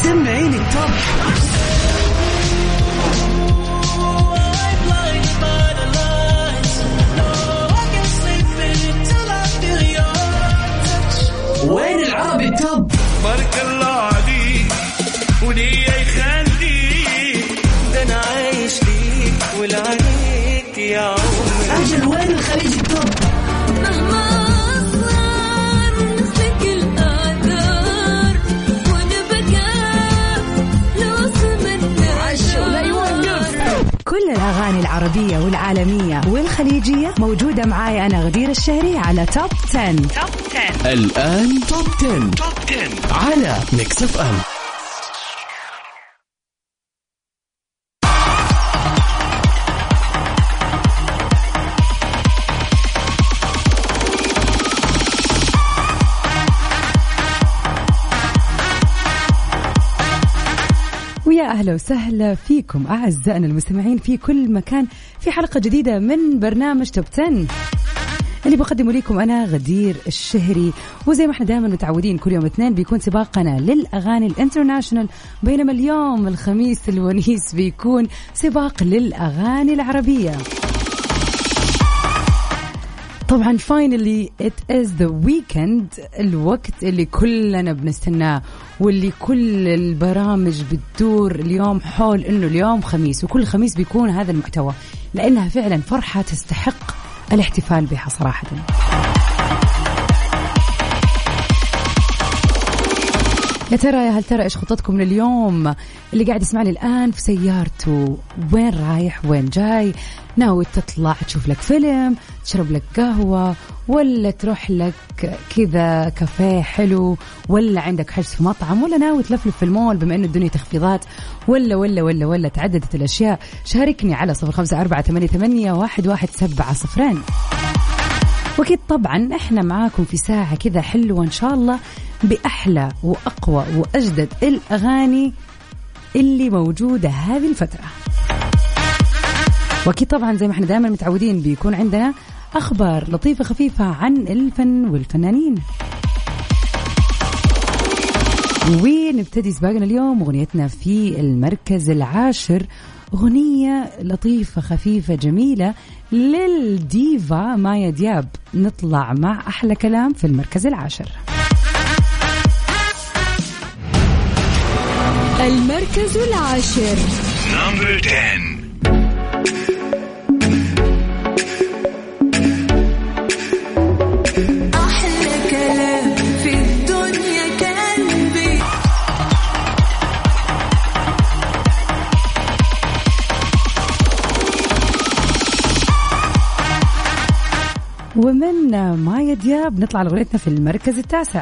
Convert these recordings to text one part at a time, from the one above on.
سمعين التوب. وين العربي التوب؟ بارك الله عليك وليه يخليك، ده انا عايش ليك ولعليك يا عمري. أجل وين الخليج التوب؟ مهما أصغر مثلك الآثار ونبقى نوصل من عاش ولا يوقف. كل الأغاني العربية والعالمية والخليجية موجودة معاي أنا غدير الشهري على توب 10. الآن توب 10 على ميكس اف ام. ويا أهلا وسهلا فيكم أعزائنا المستمعين في كل مكان في حلقة جديدة من برنامج توب 10 اللي بقدمه لكم أنا غدير الشهري. وزي ما احنا دائما متعودين كل يوم اثنين بيكون سباقنا للأغاني الانترناشنال، بينما اليوم الخميس الونيس بيكون سباق للأغاني العربية. طبعا finally it is the weekend، الوقت اللي كلنا بنستناه واللي كل البرامج بتدور اليوم حول انه اليوم خميس، وكل خميس بيكون هذا المحتوى لانها فعلا فرحة تستحق الاحتفال بها صراحة. يا ترى يا هل ترى ايش خطتكم لليوم؟ اللي قاعد يسمعني الآن في سيارته، وين رايح وين جاي؟ ناوي تطلع تشوف لك فيلم، تشرب لك قهوة، ولا تروح لك كذا كافيه حلو، ولا عندك حجز في مطعم، ولا ناوي تلفلف في المول بما انه الدنيا تخفيضات، ولا تعددت الأشياء؟ شاركني على 0548811700. وكيد طبعا احنا معاكم في ساعة كذا حلوة ان شاء الله بأحلى وأقوى وأجدد الأغاني اللي موجودة هذه الفترة. وكيد طبعا زي ما احنا دائما متعودين بيكون عندنا أخبار لطيفة خفيفة عن الفن والفنانين. ونبتدي سباقنا اليوم أغنيتنا في المركز العاشر، أغنية لطيفة خفيفة جميلة للديفا مايا دياب. نطلع مع أحلى كلام في المركز العاشر. المركز العاشر Number 10. أحلى كلام في الدنيا قلبي. ومن مايا دياب نطلع لغنيتنا في المركز التاسع.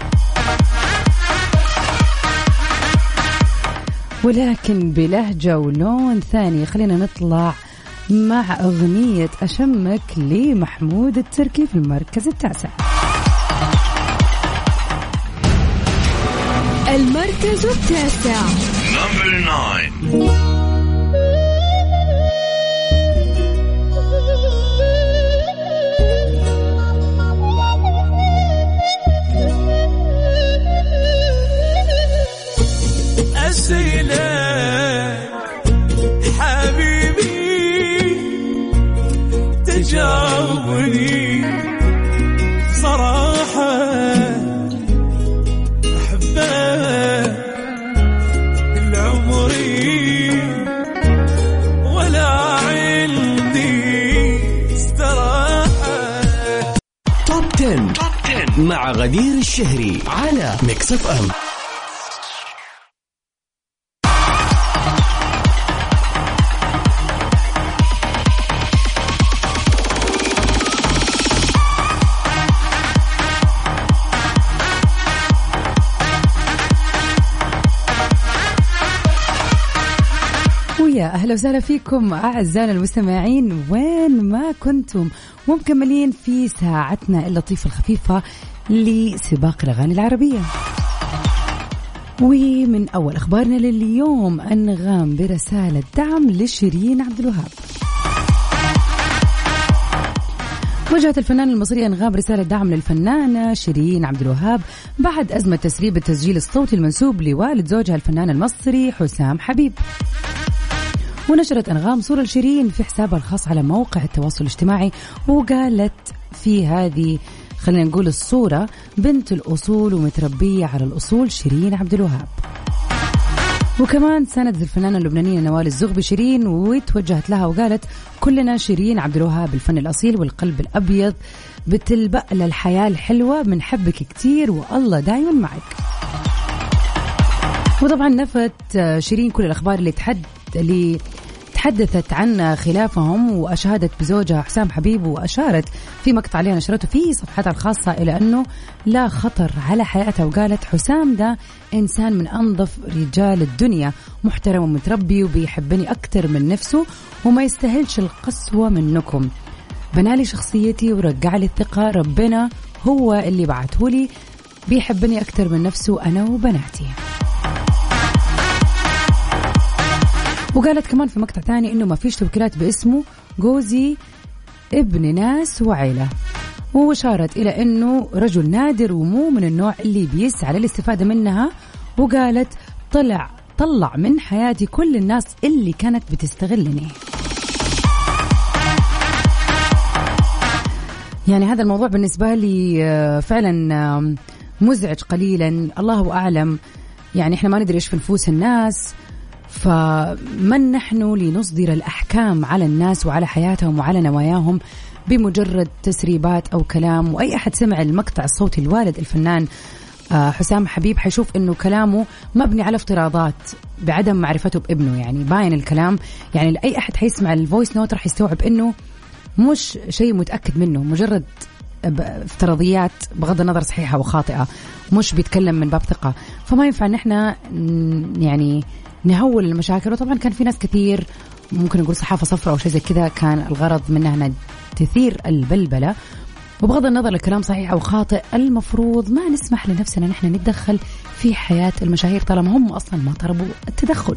ولكن بلهجة ولون ثاني، خلينا نطلع مع أغنية أشمك لمحمود التركي في المركز التاسع. المركز التاسع Number 9. أسئلك حبيبي تجاوبني صراحة، أحبك كل عمري ولا عندي استراحة. توب 10 مع غدير الشهري على ميكس اف ام. يا أهلا وسهلا فيكم أعزائنا المستمعين وين ما كنتم، ومكملين في ساعتنا اللطيفة الخفيفة لسباق الأغاني العربية. ومن أول أخبارنا لليوم أنغام برسالة دعم لشيرين عبد الوهاب. وجهت الفنانة المصرية أنغام رسالة دعم للفنانة شيرين عبد الوهاب بعد أزمة تسريب التسجيل الصوتي المنسوب لوالد زوجها الفنان المصري حسام حبيب. ونشرت أنغام صورة لشيرين في حسابها الخاص على موقع التواصل الاجتماعي، وقالت في هذه خلينا نقول الصورة: بنت الأصول ومتربية على الأصول شيرين عبد الوهاب. وكمان ساندت الفنانة اللبنانية نوال الزغبي شيرين وتوجهت لها وقالت: كلنا شيرين عبد الوهاب، الفن الأصيل والقلب الأبيض، بتلبق للحياة الحلوة، بنحبك كتير والله دايما معك. وطبعا نفت شيرين كل الأخبار اللي تحدثت عن خلافهم، وأشادت بزوجها حسام حبيب، وأشارت في مقطع لها نشرته في صفحتها الخاصة إلى أنه لا خطر على حياتها، وقالت: حسام ده إنسان من أنظف رجال الدنيا، محترم ومتربي وبيحبني أكتر من نفسه وما يستاهلش القسوة منكم، بنالي شخصيتي ورجع لي الثقة، ربنا هو اللي بعتهولي، بيحبني أكتر من نفسه أنا وبناتي. وقالت كمان في مقطع ثاني إنه ما فيش توكيلات باسمه، جوزي ابن ناس وعيلة، وشارت إلى إنه رجل نادر ومو من النوع اللي بيسعى للاستفادة منها، وقالت: طلع من حياتي كل الناس اللي كانت بتستغلني. يعني هذا الموضوع بالنسبة لي فعلا مزعج قليلا، الله أعلم، يعني إحنا ما ندري إيش في نفوس الناس، فمن نحن لنصدر الأحكام على الناس وعلى حياتهم وعلى نواياهم بمجرد تسريبات أو كلام. وأي أحد سمع المقطع الصوتي الوالد الفنان حسام حبيب حيشوف أنه كلامه مبني على افتراضات بعدم معرفته بابنه، يعني باين الكلام، يعني أي أحد حيسمع الفويس نوت رح يستوعب أنه مش شيء متأكد منه، مجرد افتراضيات بغض النظر صحيحة وخاطئة، مش بيتكلم من باب ثقة. فما ينفع أن احنا يعني نهول المشاكل. وطبعا كان في ناس كثير ممكن نقول صحافة صفراء أو شيء زي كذا، كان الغرض منها أنها تثير البلبلة، وبغض النظر الكلام صحيح أو خاطئ، المفروض ما نسمح لنفسنا نحن نتدخل في حياة المشاهير طالما هم أصلا ما طلبوا التدخل.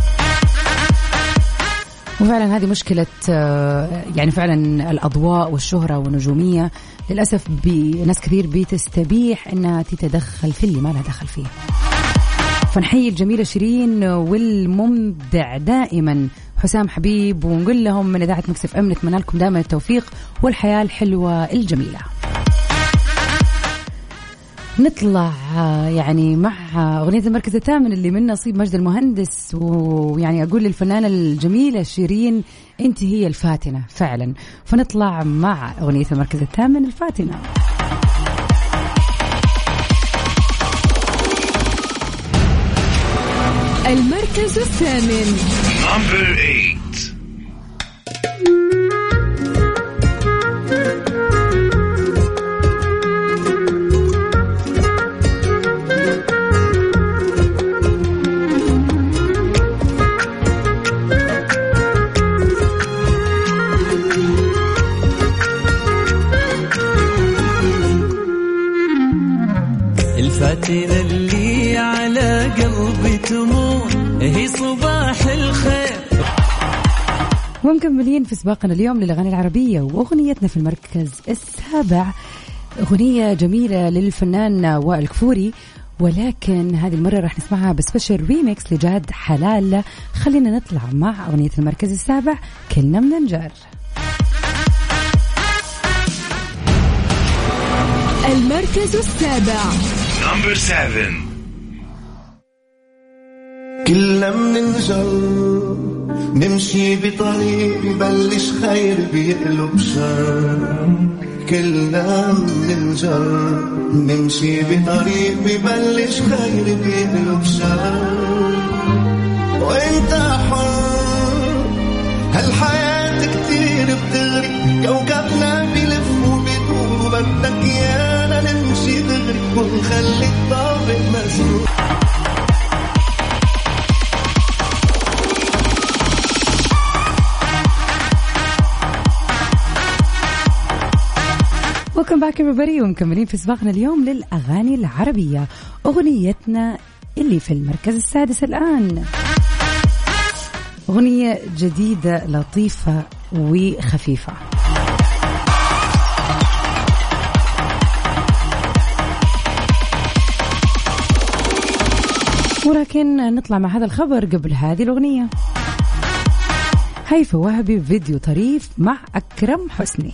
وفعلا هذه مشكلة، يعني فعلا الأضواء والشهرة والنجومية للأسف ناس كثير بتستبيح أنها تتدخل في اللي ما لها دخل فيه. فنحيي الجميلة شيرين والمبدع دائما حسام حبيب، ونقول لهم من إذاعة مكس اف ام نتمنى لكم دائما التوفيق والحياة الحلوة الجميلة. نطلع يعني مع أغنية المركز الثامن اللي من نصيب مجد المهندس، ويعني أقول للفنانة الجميلة شيرين أنت هي الفاتنة فعلا. فنطلع مع أغنية المركز الثامن الفاتنة. المركز الثامن. Number 8. الفاتنة اللي على قلبي تمور هي صباح الخير. ومكملين في سباقنا اليوم للأغاني العربية، وأغنيتنا في المركز السابع أغنية جميلة للفنان وائل كفوري، ولكن هذه المرة راح نسمعها بسبيشال ريميكس لجاد حلال. خلينا نطلع مع أغنية المركز السابع كلنا من نجار. المركز السابع. Number 7. كلنا مننجر نمشي بطريق ببلش خير بيقلب شر، كلنا مننجر نمشي بطريق ببلش خير بيقلب شر، وانت حر هالحياة كتير بتغري، كوكبنا بيلف وبيدور، وبدك يانا نمشي دغري ونخلي الطابق مسروق. وكم باك everybody، ومكملين في سباقنا اليوم للأغاني العربية. أغنيتنا اللي في المركز السادس الآن أغنية جديدة لطيفة وخفيفة. ولكن نطلع مع هذا الخبر قبل هذه الأغنية. هيفاء وهبي فيديو طريف مع أكرم حسني.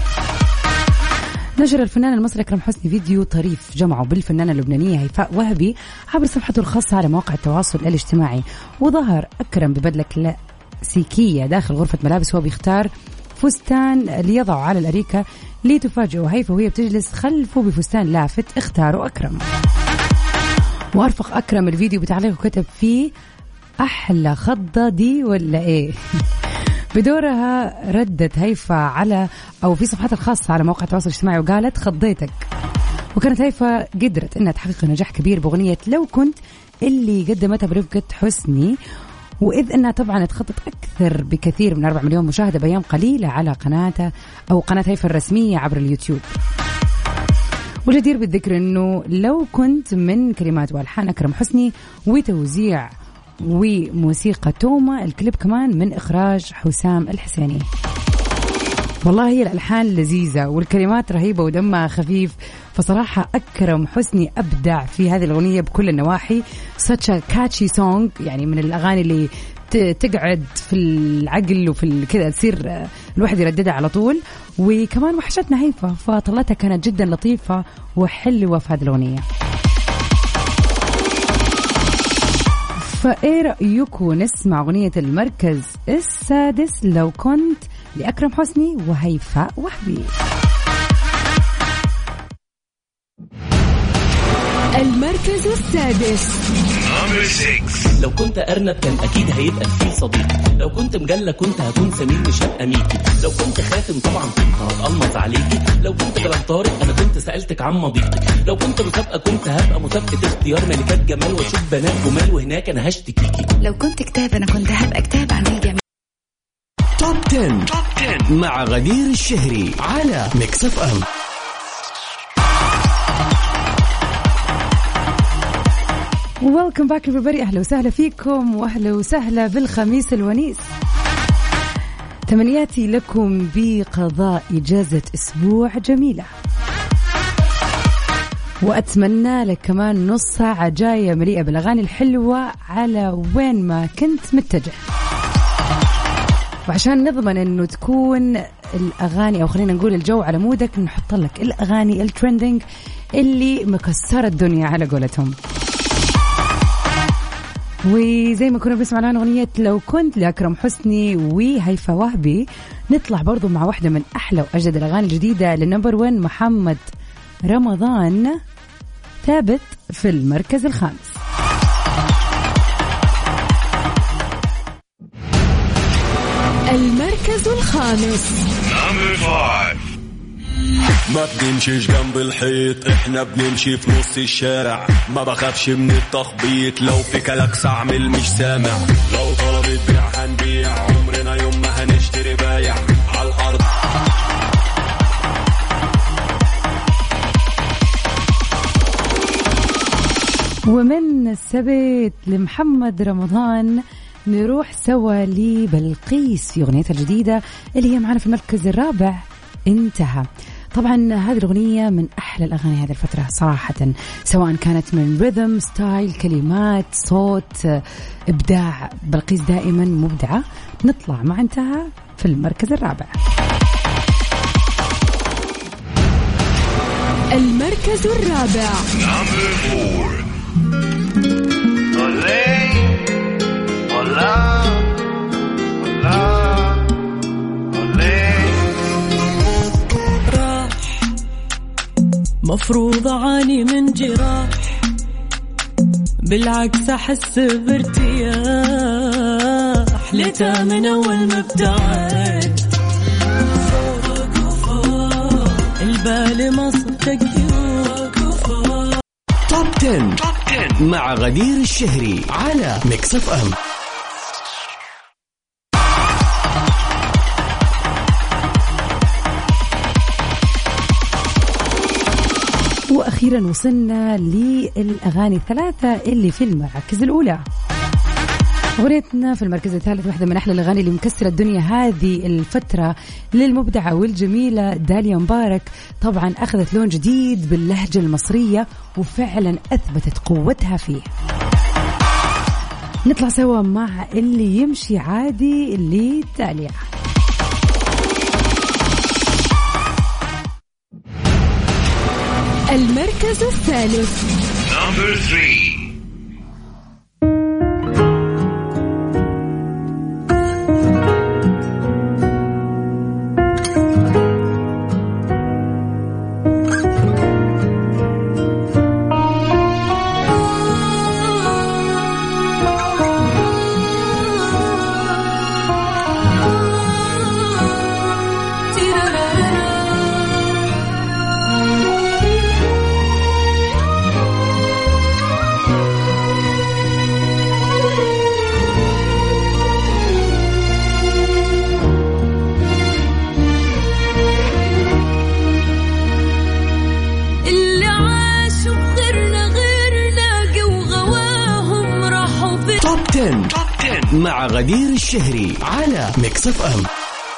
نشر الفنان المصري أكرم حسني فيديو طريف جمعه بالفنانة اللبنانية هيفاء وهبي عبر صفحته الخاصة على مواقع التواصل الاجتماعي. وظهر أكرم ببدلة كلاسيكية داخل غرفة ملابس وهو بيختار فستان ليضعه على الأريكة لتفاجئه هيفاء وهي بتجلس خلفه بفستان لافت اختاره أكرم. وأرفق أكرم الفيديو بتعليق وكتب فيه أحلى خضة دي ولا إيه؟ بدورها ردت هيفاء على أو في صفحتها الخاصة على موقع التواصل الاجتماعي وقالت خضيتك. وكانت هيفاء قدرت إنها تحقق نجاح كبير بأغنية لو كنت اللي قدمتها برفقة حسني، وإذ أنها طبعا تخطط أكثر بكثير من 4 مليون مشاهدة بأيام قليلة على قناتها أو قناة هيفاء الرسمية عبر اليوتيوب. والجدير بالذكر أنه لو كنت من كلمات والحان أكرم حسني وتوزيع وموسيقى توما، الكليب كمان من إخراج حسام الحسيني. والله هي الألحان لذيذة والكلمات رهيبة ودمها خفيف، فصراحة أكرم حسني أبدع في هذه الأغنية بكل النواحي. such a catchy song، يعني من الأغاني اللي تقعد في العقل وفي كذا تصير الواحد يرددها على طول. وكمان وحشتنا هيفاء، فطلتها كانت جدا لطيفة وحلوة في هذه الأغنية. فإيه رأيكم نسمع أغنية المركز السادس لو كنت لأكرم حسني وهيفاء وهبي. المركز السادس. لو كنت أرنب كان أكيد هيبقى الفيل صديقي، لو كنت مجلة كنت هكون سمير مش هبقى ميكي، لو كنت خاتم طبعا كنت هتقلمص عليكي، لو كنت جلال طارق أنا كنت سألتك عن مضيقتك، لو كنت مسابقة كنت هبقى مسابقة اختيار ملكات جمال واشوف بنات جمال وهناك أنا هشتكيكي، لو كنت كتاب أنا كنت هبقى كتاب عن الجمال. توب 10 مع غدير الشهري على ميكس اف ام. Welcome back everybody. أهلا وسهلا فيكم وأهلا وسهلا بالخميس الونيس. تمنياتي لكم بقضاء إجازة أسبوع جميلة، وأتمنى لك كمان نص ساعة جاية مليئة بالأغاني الحلوة على وين ما كنت متجه. وعشان نضمن أنه تكون الأغاني أو خلينا نقول الجو على مودك، نحط لك الأغاني الترندينج اللي مكسرة الدنيا على قولتهم. وزي ما كنا بنسمع الآن أغنية لو كنت لأكرم حسني وهيفاء وهبي، نطلع برضو مع واحدة من أحلى وأجدد الأغاني الجديدة للنمبر 1 محمد رمضان، ثابت في المركز الخامس. المركز الخامس. ما بنمشيش جنب الحيط، احنا بنمشي في نص الشارع، ما بخافش من التخبيط، لو في كلاكس اعمل مش سامع، لو طلبت بيع هنبيع، عمرنا يوم ما هنشتري بايع على الارض. ومن السبت لمحمد رمضان نروح سوا لبلقيس في أغنيتها الجديدة اللي هي معنا في المركز الرابع، انتهى. طبعا هذه الأغنية من أحلى الأغاني هذه الفترة صراحة، سواء كانت من ريذم، ستايل، كلمات، صوت، إبداع. بلقيس دائما مبدعة. نطلع مع انتهى في المركز الرابع. المركز الرابع. مفروض أعاني من جراح، بالعكس أحس بارتياح، ليتها من أول ما ابتعد البال ما صدق. توب 10 مع غدير الشهري على ميكس اف ام. وأخيرا وصلنا للأغاني الثلاثة اللي في المراكز الأولى. أغنيتنا في المركز الثالث واحدة من أحلى الأغاني اللي مكسرة الدنيا هذه الفترة للمبدعة والجميلة داليا مبارك. طبعا أخذت لون جديد باللهجة المصرية وفعلا أثبتت قوتها فيه. نطلع سوا مع اللي يمشي عادي اللي تالية. المركز الثالث. Number 3. مع غدير الشهري على ميكس اف ام.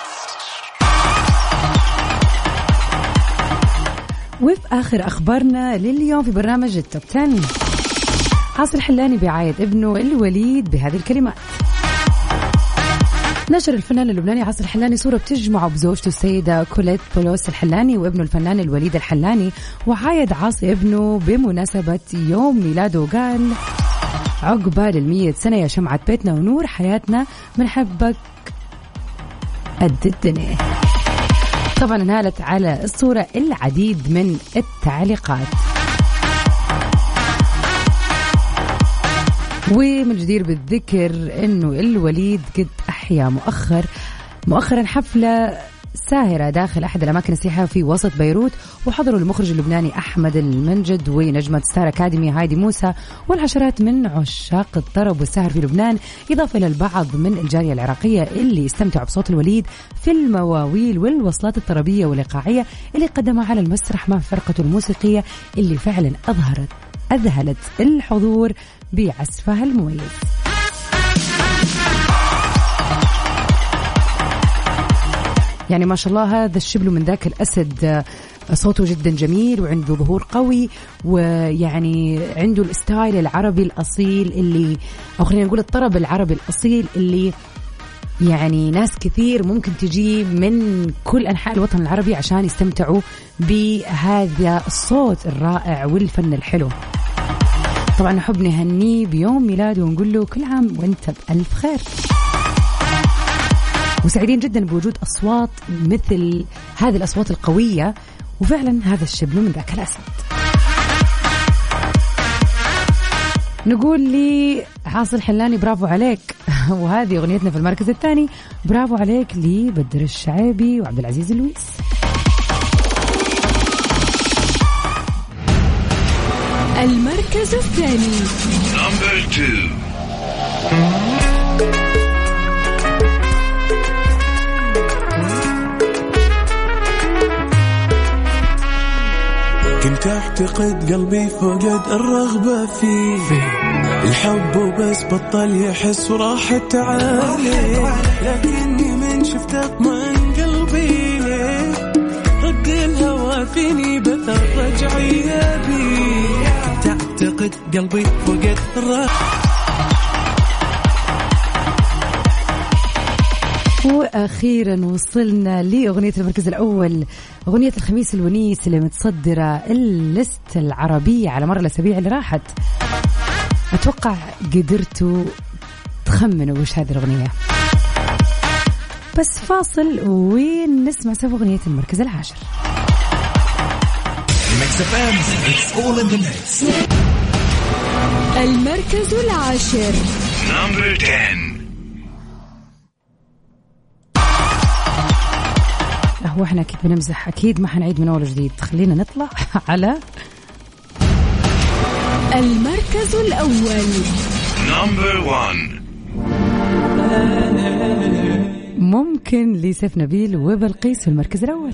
وفي آخر أخبارنا لليوم في برنامج التوب 10، عاصر الحلاني بيعايد ابنه الوليد بهذه الكلمات. نشر الفنان اللبناني عاصر الحلاني صورة بتجمعه بزوجته السيدة كوليت بولوس الحلاني وابنه الفنان الوليد الحلاني، وعايد عاصي ابنه بمناسبة يوم ميلاده وقال: عقبال 100 سنة يا شمعة بيتنا ونور حياتنا، بنحبك قد الدنيا. طبعا نالت على الصورة العديد من التعليقات. ومن الجدير بالذكر انه الوليد قد احيا مؤخرا حفلة ساهرة داخل أحد الأماكن السياحية في وسط بيروت، وحضروا المخرج اللبناني أحمد المنجد ونجمة ستار أكاديمي هايدي موسى والعشرات من عشاق الطرب والسهر في لبنان، إضافة إلى البعض من الجالية العراقية اللي استمتعوا بصوت الوليد في المواويل والوصلات الطربية والإيقاعية اللي قدمها على المسرح مع فرقته الموسيقية اللي فعلا أذهلت الحضور بعزفها المميز. يعني ما شاء الله هذا الشبل من ذاك الأسد، صوته جدا جميل وعنده ظهور قوي، ويعني عنده الستايل العربي الأصيل اللي، أو خلينا نقول الطرب العربي الأصيل اللي يعني ناس كثير ممكن تجي من كل أنحاء الوطن العربي عشان يستمتعوا بهذا الصوت الرائع والفن الحلو. طبعا نحب نهنيه بيوم ميلاده ونقول له كل عام وانت بألف خير، وسعيدين جدا بوجود أصوات مثل هذه الأصوات القوية، وفعلا هذا الشبل من ذاك الأسد. نقول لي عاصر الحلاني برافو عليك. وهذه أغنيتنا في المركز الثاني، برافو عليك لبدر الشعيبي وعبد العزيز اللويس. المركز الثاني. Number 2. كنت أعتقد قلبي فقد الرغبة فيه الحب وبس بطل يحس وراحت عليه، لكني من شفتك من قلبي رد الهوى فيني بثر رجعي بيه. كنت أعتقد قلبي فقد الرغبة. وأخيرا وصلنا لأغنية المركز الأول، أغنية الخميس الونيس اللي متصدرة الليست العربية على مر الأسابيع اللي راحت. أتوقع قدرتوا تخمنوا وش هذه الأغنية، بس فاصل ونسمع سوا أغنية المركز العاشر. المركز العاشر. Number 10. هو احنا أكيد بنمزح، أكيد ما حنعيد من أول وجديد. خلينا نطلع على المركز الأول. Number 1. ممكن لسيف نبيل وبلقيس في المركز الأول.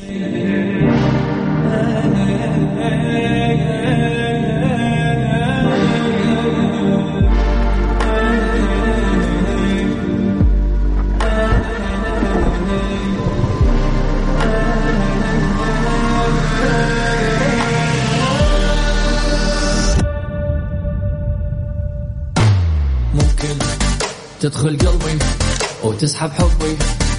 تدخل قلبي وتسحب حبي